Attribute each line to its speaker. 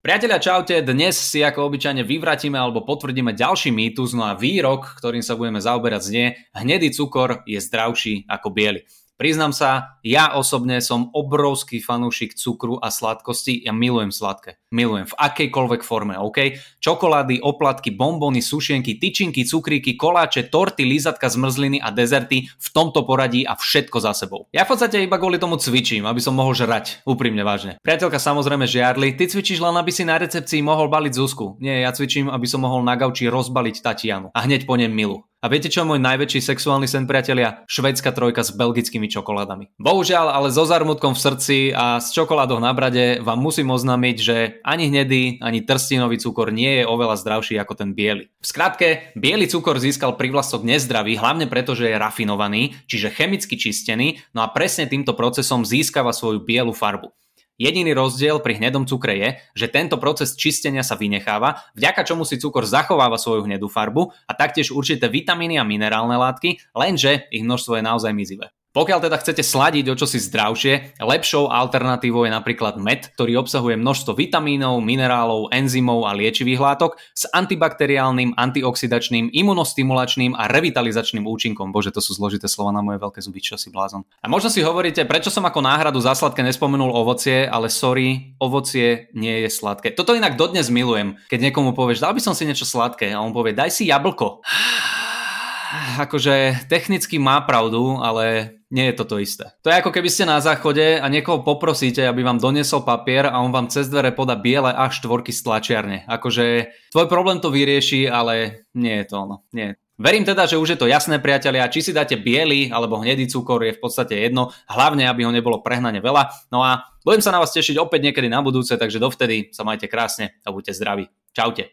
Speaker 1: Priatelia, čaute, dnes si ako obyčajne vyvratíme alebo potvrdíme ďalší mýtus, no a výrok, ktorým sa budeme zaoberať znie: hnedý cukor je zdravší ako biely. Priznám sa, ja osobne som obrovský fanúšik cukru a sladkosti, ja milujem sladké. Milujem v akejkoľvek forme, OK? Čokolády, oplatky, bonbóny, sušenky, tyčinky, cukríky, koláče, torty, lízatka, zmrzliny a dezerty v tomto poradí a všetko za sebou. Ja v podstate iba kvôli tomu cvičím, aby som mohol žrať, úprimne vážne. Priateľka samozrejme žiarli: ty cvičíš len, aby si na recepcii mohol baliť Zuzku. Nie, ja cvičím, aby som mohol na gauči rozbaliť Tatianu a hneď po nej Milu. A viete čo je môj najväčší sexuálny sen, priatelia? Švédska trojka s belgickými čokoládami. Bohužiaľ, ale so zarmutkom v srdci a s čokoládou na brade vám musím oznámiť, že ani hnedý, ani trstinový cukor nie je oveľa zdravší ako ten biely. V skratke, biely cukor získal prívlastok nezdravý, hlavne preto, že je rafinovaný, čiže chemicky čistený, no a presne týmto procesom získava svoju bielu farbu. Jediný rozdiel pri hnedom cukre je, že tento proces čistenia sa vynecháva, vďaka čomu si cukor zachováva svoju hnedú farbu a taktiež určité vitamíny a minerálne látky, lenže ich množstvo je naozaj mizivé. Pokiaľ teda chcete sladiť o čosi zdravšie, lepšou alternatívou je napríklad med, ktorý obsahuje množstvo vitamínov, minerálov, enzymov a liečivých látok s antibakteriálnym, antioxidačným, imunostimulačným a revitalizačným účinkom. Bože, to sú zložité slova na moje veľké zuby, čo si blázon. A možno si hovoríte, prečo som ako náhradu za sladké nespomenul ovocie, ale sorry, ovocie nie je sladké. Toto inak dodnes milujem, keď niekomu povieš: dal by som si niečo sladké, a on povie: daj si jablko. Akože technicky má pravdu, ale nie je toto isté. To je ako keby ste na záchode a niekoho poprosíte, aby vám doniesol papier a on vám cez dvere podá biele A4 z tlačiarne. Akože tvoj problém to vyrieši, ale nie je to ono. Nie. Verím teda, že už je to jasné, priatelia. Či si dáte biely alebo hnedý cukor, je v podstate jedno, hlavne aby ho nebolo prehnane veľa. No a budem sa na vás tešiť opäť niekedy na budúce, takže dovtedy sa majte krásne a buďte zdraví. Čaute.